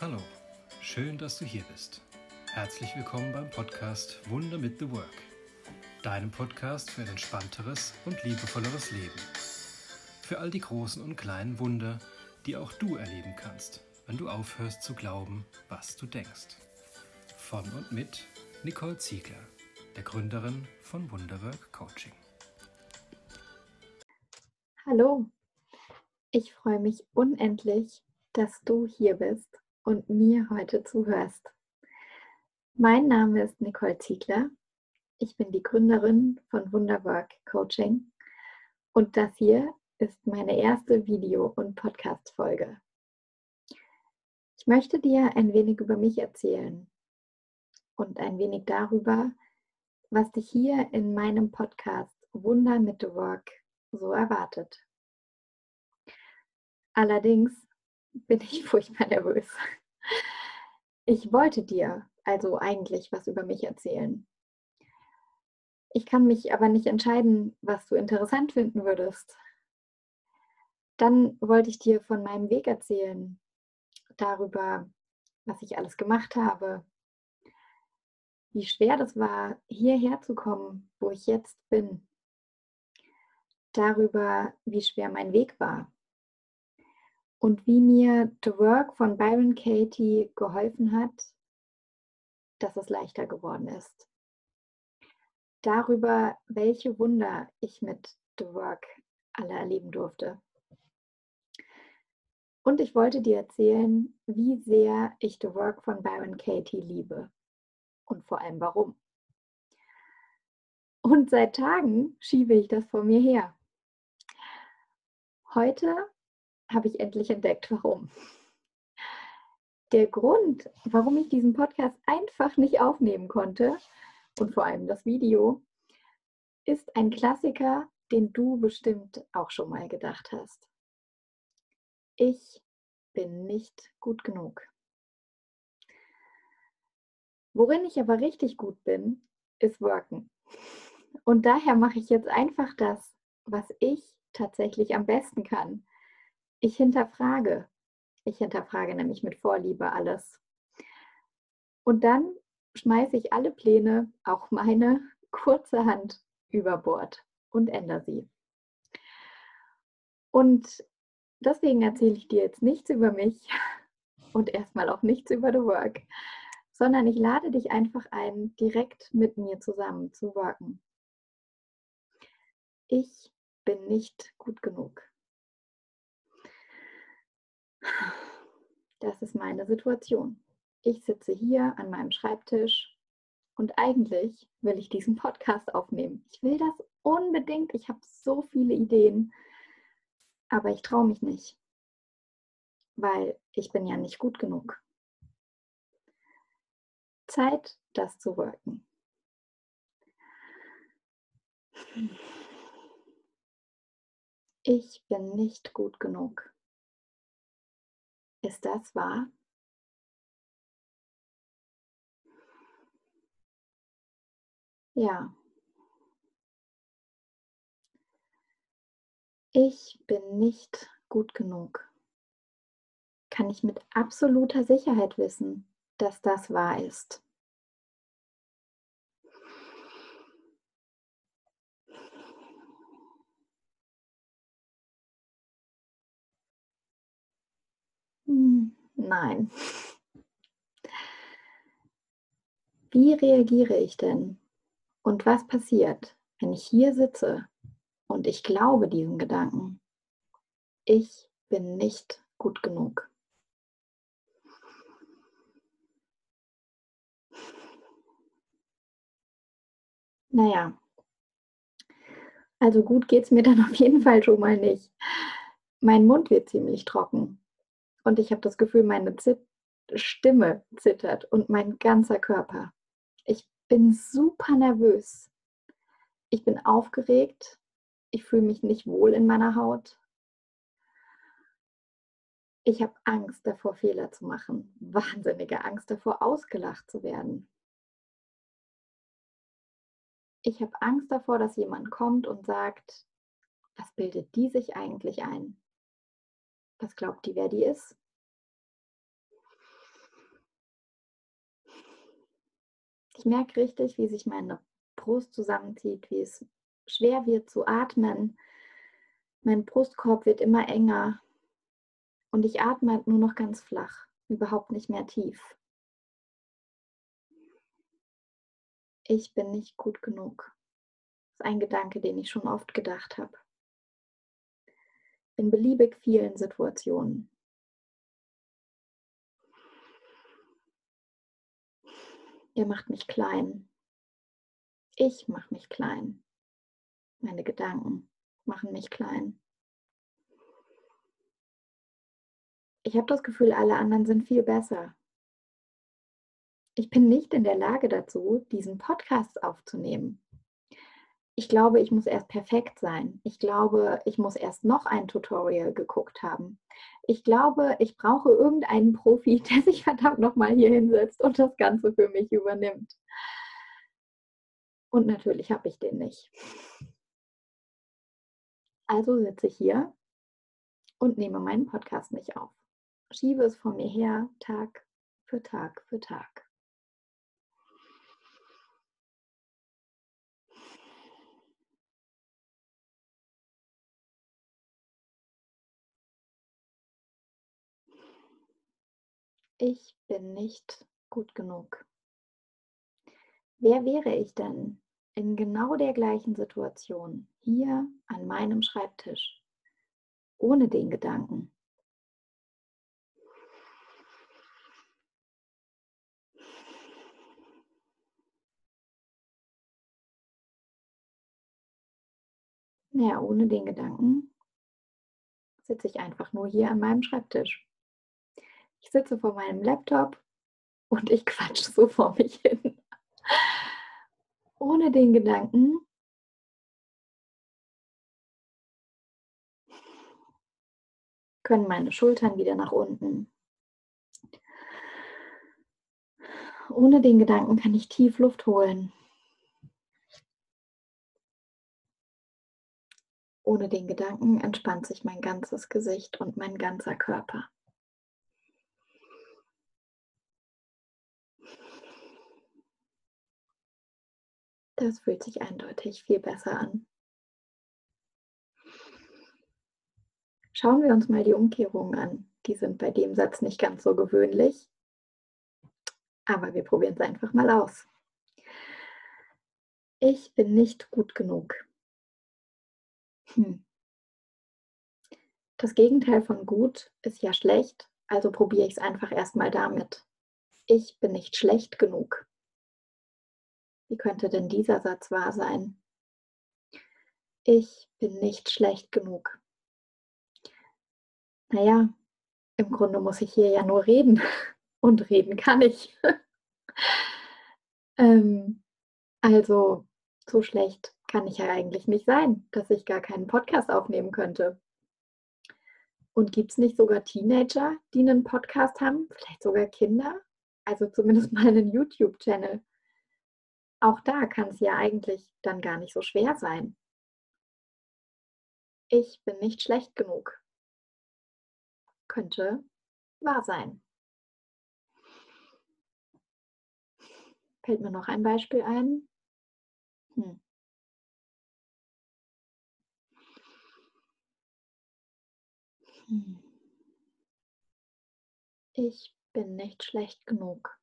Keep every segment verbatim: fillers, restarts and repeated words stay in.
Hallo, schön, dass du hier bist. Herzlich willkommen beim Podcast Wunder mit The Work, deinem Podcast für ein entspannteres und liebevolleres Leben. Für all die großen und kleinen Wunder, die auch du erleben kannst, wenn du aufhörst zu glauben, was du denkst. Von und mit Nicole Ziegler, der Gründerin von Wunderwork Coaching. Hallo, ich freue mich unendlich, dass du hier bist und mir heute zuhörst. Mein Name ist Nicole Ziegler. Ich bin die Gründerin von Wunderwork Coaching und das hier ist meine erste Video- und Podcast-Folge. Ich möchte dir ein wenig über mich erzählen und ein wenig darüber, was dich hier in meinem Podcast Wunder mit The Work so erwartet. Allerdings bin ich furchtbar nervös. Ich wollte dir also eigentlich was über mich erzählen. Ich kann mich aber nicht entscheiden, was du interessant finden würdest. Dann wollte ich dir von meinem Weg erzählen, darüber, was ich alles gemacht habe, wie schwer das war, hierher zu kommen, wo ich jetzt bin, darüber, wie schwer mein Weg war und wie mir The Work von Byron Katie geholfen hat, dass es leichter geworden ist. Darüber, welche Wunder ich mit The Work alle erleben durfte. Und ich wollte dir erzählen, wie sehr ich The Work von Byron Katie liebe und vor allem warum. Und seit Tagen schiebe ich das vor mir her. Heute habe ich endlich entdeckt, warum. Der Grund, warum ich diesen Podcast einfach nicht aufnehmen konnte und vor allem das Video, ist ein Klassiker, den du bestimmt auch schon mal gedacht hast. Ich bin nicht gut genug. Worin ich aber richtig gut bin, ist Worken. Und daher mache ich jetzt einfach das, was ich tatsächlich am besten kann. Ich hinterfrage. Ich hinterfrage nämlich mit Vorliebe alles. Und dann schmeiße ich alle Pläne, auch meine, kurzerhand über Bord und ändere sie. Und deswegen erzähle ich dir jetzt nichts über mich und erstmal auch nichts über The Work, sondern ich lade dich einfach ein, direkt mit mir zusammen zu worken. Ich bin nicht gut genug. Das ist meine Situation. Ich sitze hier an meinem Schreibtisch und eigentlich will ich diesen Podcast aufnehmen. Ich will das unbedingt. Ich habe so viele Ideen, aber ich traue mich nicht, weil ich bin ja nicht gut genug. Zeit, das zu worken. Ich bin nicht gut genug. Ist das wahr? Ja. Ich bin nicht gut genug. Kann ich mit absoluter Sicherheit wissen, dass das wahr ist. Hm, nein. Wie reagiere ich denn? Und was passiert, wenn ich hier sitze und ich glaube diesen Gedanken? Ich bin nicht gut genug. Naja, also gut geht es mir dann auf jeden Fall schon mal nicht. Mein Mund wird ziemlich trocken und ich habe das Gefühl, meine Zit- Stimme zittert und mein ganzer Körper. Ich bin super nervös. Ich bin aufgeregt. Ich fühle mich nicht wohl in meiner Haut. Ich habe Angst davor, Fehler zu machen. Wahnsinnige Angst davor, ausgelacht zu werden. Ich habe Angst davor, dass jemand kommt und sagt, was bildet die sich eigentlich ein? Was glaubt die, wer die ist? Ich merke richtig, wie sich meine Brust zusammenzieht, wie es schwer wird zu atmen. Mein Brustkorb wird immer enger und ich atme nur noch ganz flach, überhaupt nicht mehr tief. Ich bin nicht gut genug. Das ist ein Gedanke, den ich schon oft gedacht habe. In beliebig vielen Situationen. Ihr macht mich klein. Ich mache mich klein. Meine Gedanken machen mich klein. Ich habe das Gefühl, alle anderen sind viel besser. Ich bin nicht in der Lage dazu, diesen Podcast aufzunehmen. Ich glaube, ich muss erst perfekt sein. Ich glaube, ich muss erst noch ein Tutorial geguckt haben. Ich glaube, ich brauche irgendeinen Profi, der sich verdammt nochmal hier hinsetzt und das Ganze für mich übernimmt. Und natürlich habe ich den nicht. Also sitze ich hier und nehme meinen Podcast nicht auf. Schiebe es vor mir her, Tag für Tag für Tag. Ich bin nicht gut genug. Wer wäre ich denn in genau der gleichen Situation hier an meinem Schreibtisch, ohne den Gedanken? Naja, ohne den Gedanken sitze ich einfach nur hier an meinem Schreibtisch. Ich sitze vor meinem Laptop und ich quatsche so vor mich hin. Ohne den Gedanken können meine Schultern wieder nach unten. Ohne den Gedanken kann ich tief Luft holen. Ohne den Gedanken entspannt sich mein ganzes Gesicht und mein ganzer Körper. Das fühlt sich eindeutig viel besser an. Schauen wir uns mal die Umkehrungen an. Die sind bei dem Satz nicht ganz so gewöhnlich, aber wir probieren es einfach mal aus. Ich bin nicht gut genug. Hm. Das Gegenteil von gut ist ja schlecht, also probiere ich es einfach erstmal damit. Ich bin nicht schlecht genug. Wie könnte denn dieser Satz wahr sein? Ich bin nicht schlecht genug. Naja, im Grunde muss ich hier ja nur reden und reden kann ich. ähm, also so schlecht kann ich ja eigentlich nicht sein, dass ich gar keinen Podcast aufnehmen könnte. Und gibt es nicht sogar Teenager, die einen Podcast haben? Vielleicht sogar Kinder? Also zumindest mal einen YouTube-Channel. Auch da kann es ja eigentlich dann gar nicht so schwer sein. Ich bin nicht schlecht genug. Könnte wahr sein. Fällt mir noch ein Beispiel ein? Hm. Hm. Ich bin nicht schlecht genug.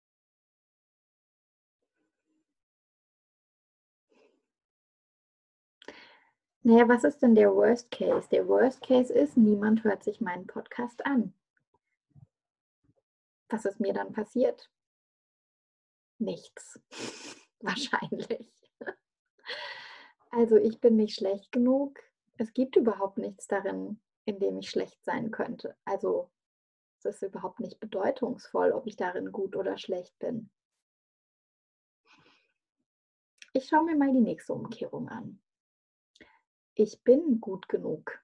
Naja, was ist denn der Worst Case? Der Worst Case ist, niemand hört sich meinen Podcast an. Was ist mir dann passiert? Nichts. Wahrscheinlich. Also ich bin nicht schlecht genug. Es gibt überhaupt nichts darin, in dem ich schlecht sein könnte. Also es ist überhaupt nicht bedeutungsvoll, ob ich darin gut oder schlecht bin. Ich schaue mir mal die nächste Umkehrung an. Ich bin gut genug.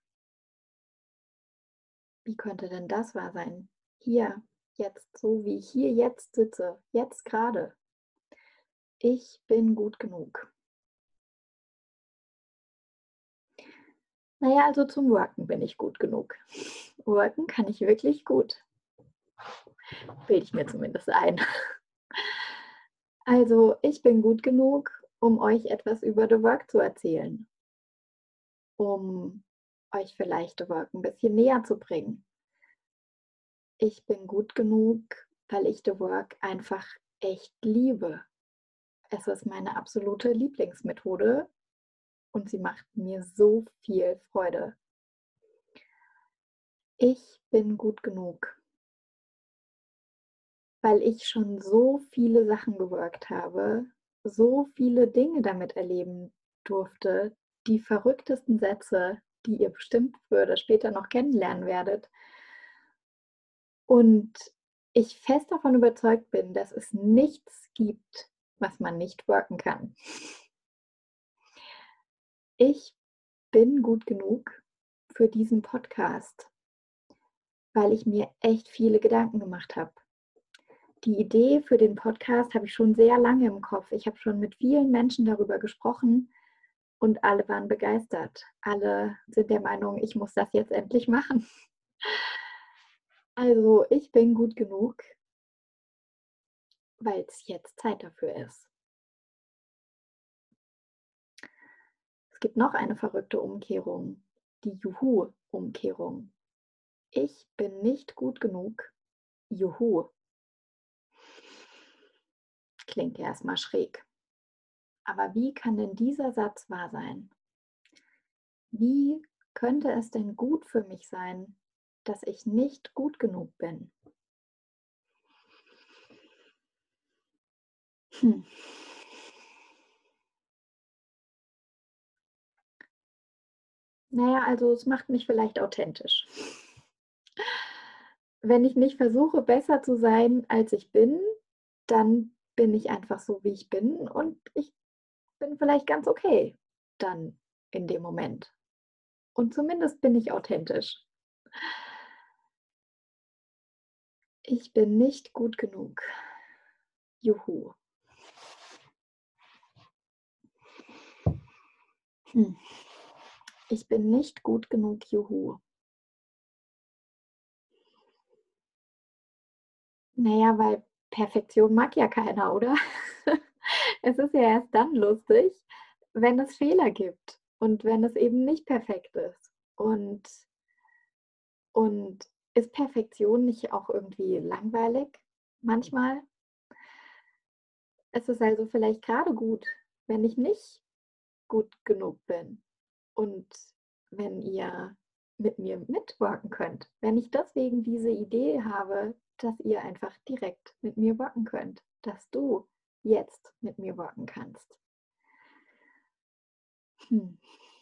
Wie könnte denn das wahr sein? Hier, jetzt, so wie ich hier jetzt sitze, jetzt gerade. Ich bin gut genug. Naja, also zum Worken bin ich gut genug. Worken kann ich wirklich gut. Bilde ich mir zumindest ein. Also, ich bin gut genug, um euch etwas über The Work zu erzählen, um euch vielleicht The Work ein bisschen näher zu bringen. Ich bin gut genug, weil ich The Work einfach echt liebe. Es ist meine absolute Lieblingsmethode und sie macht mir so viel Freude. Ich bin gut genug, weil ich schon so viele Sachen geworkt habe, so viele Dinge damit erleben durfte, die verrücktesten Sätze, die ihr bestimmt früher oder später noch kennenlernen werdet. Und ich fest davon überzeugt bin, dass es nichts gibt, was man nicht worken kann. Ich bin gut genug für diesen Podcast, weil ich mir echt viele Gedanken gemacht habe. Die Idee für den Podcast habe ich schon sehr lange im Kopf. Ich habe schon mit vielen Menschen darüber gesprochen und alle waren begeistert. Alle sind der Meinung, ich muss das jetzt endlich machen. Also ich bin gut genug, weil es jetzt Zeit dafür ist. Es gibt noch eine verrückte Umkehrung, die Juhu-Umkehrung. Ich bin nicht gut genug. Juhu. Klingt ja erstmal schräg. Aber wie kann denn dieser Satz wahr sein? Wie könnte es denn gut für mich sein, dass ich nicht gut genug bin? Hm. Naja, also es macht mich vielleicht authentisch. Wenn ich nicht versuche, besser zu sein, als ich bin, dann bin ich einfach so, wie ich bin und ich bin vielleicht ganz okay dann in dem Moment. Und zumindest bin ich authentisch. Ich bin nicht gut genug. Juhu. Hm. Ich bin nicht gut genug. Juhu. Naja, weil Perfektion mag ja keiner, oder? Es ist ja erst dann lustig, wenn es Fehler gibt und wenn es eben nicht perfekt ist. Und, und ist Perfektion nicht auch irgendwie langweilig manchmal? Es ist also vielleicht gerade gut, wenn ich nicht gut genug bin und wenn ihr mit mir mitworken könnt. Wenn ich deswegen diese Idee habe, dass ihr einfach direkt mit mir worken könnt, dass du jetzt mit mir worken kannst. Hm.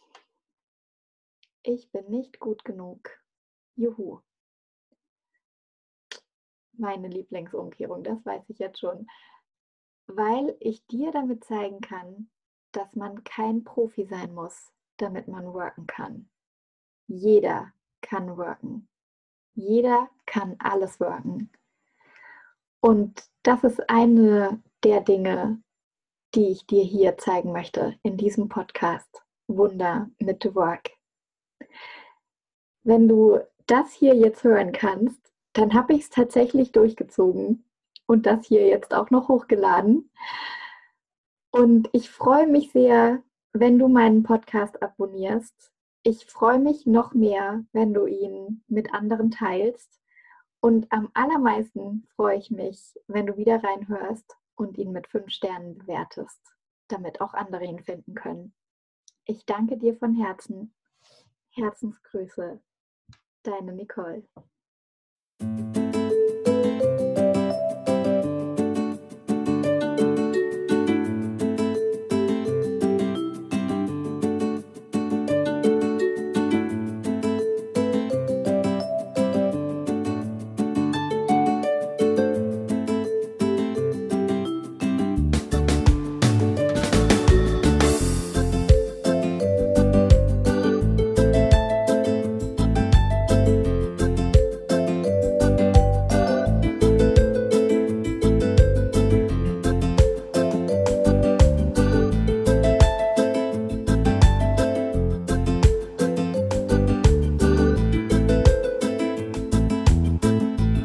Ich bin nicht gut genug. Juhu. Meine Lieblingsumkehrung, das weiß ich jetzt schon. Weil ich dir damit zeigen kann, dass man kein Profi sein muss, damit man worken kann. Jeder kann worken. Jeder kann alles worken. Und das ist eine der Dinge, die ich dir hier zeigen möchte in diesem Podcast. Wunder mit The Work. Wenn du das hier jetzt hören kannst, dann habe ich es tatsächlich durchgezogen und das hier jetzt auch noch hochgeladen. Und ich freue mich sehr, wenn du meinen Podcast abonnierst. Ich freue mich noch mehr, wenn du ihn mit anderen teilst. Und am allermeisten freue ich mich, wenn du wieder reinhörst und ihn mit fünf Sternen bewertest, damit auch andere ihn finden können. Ich danke dir von Herzen. Herzensgrüße, deine Nicole.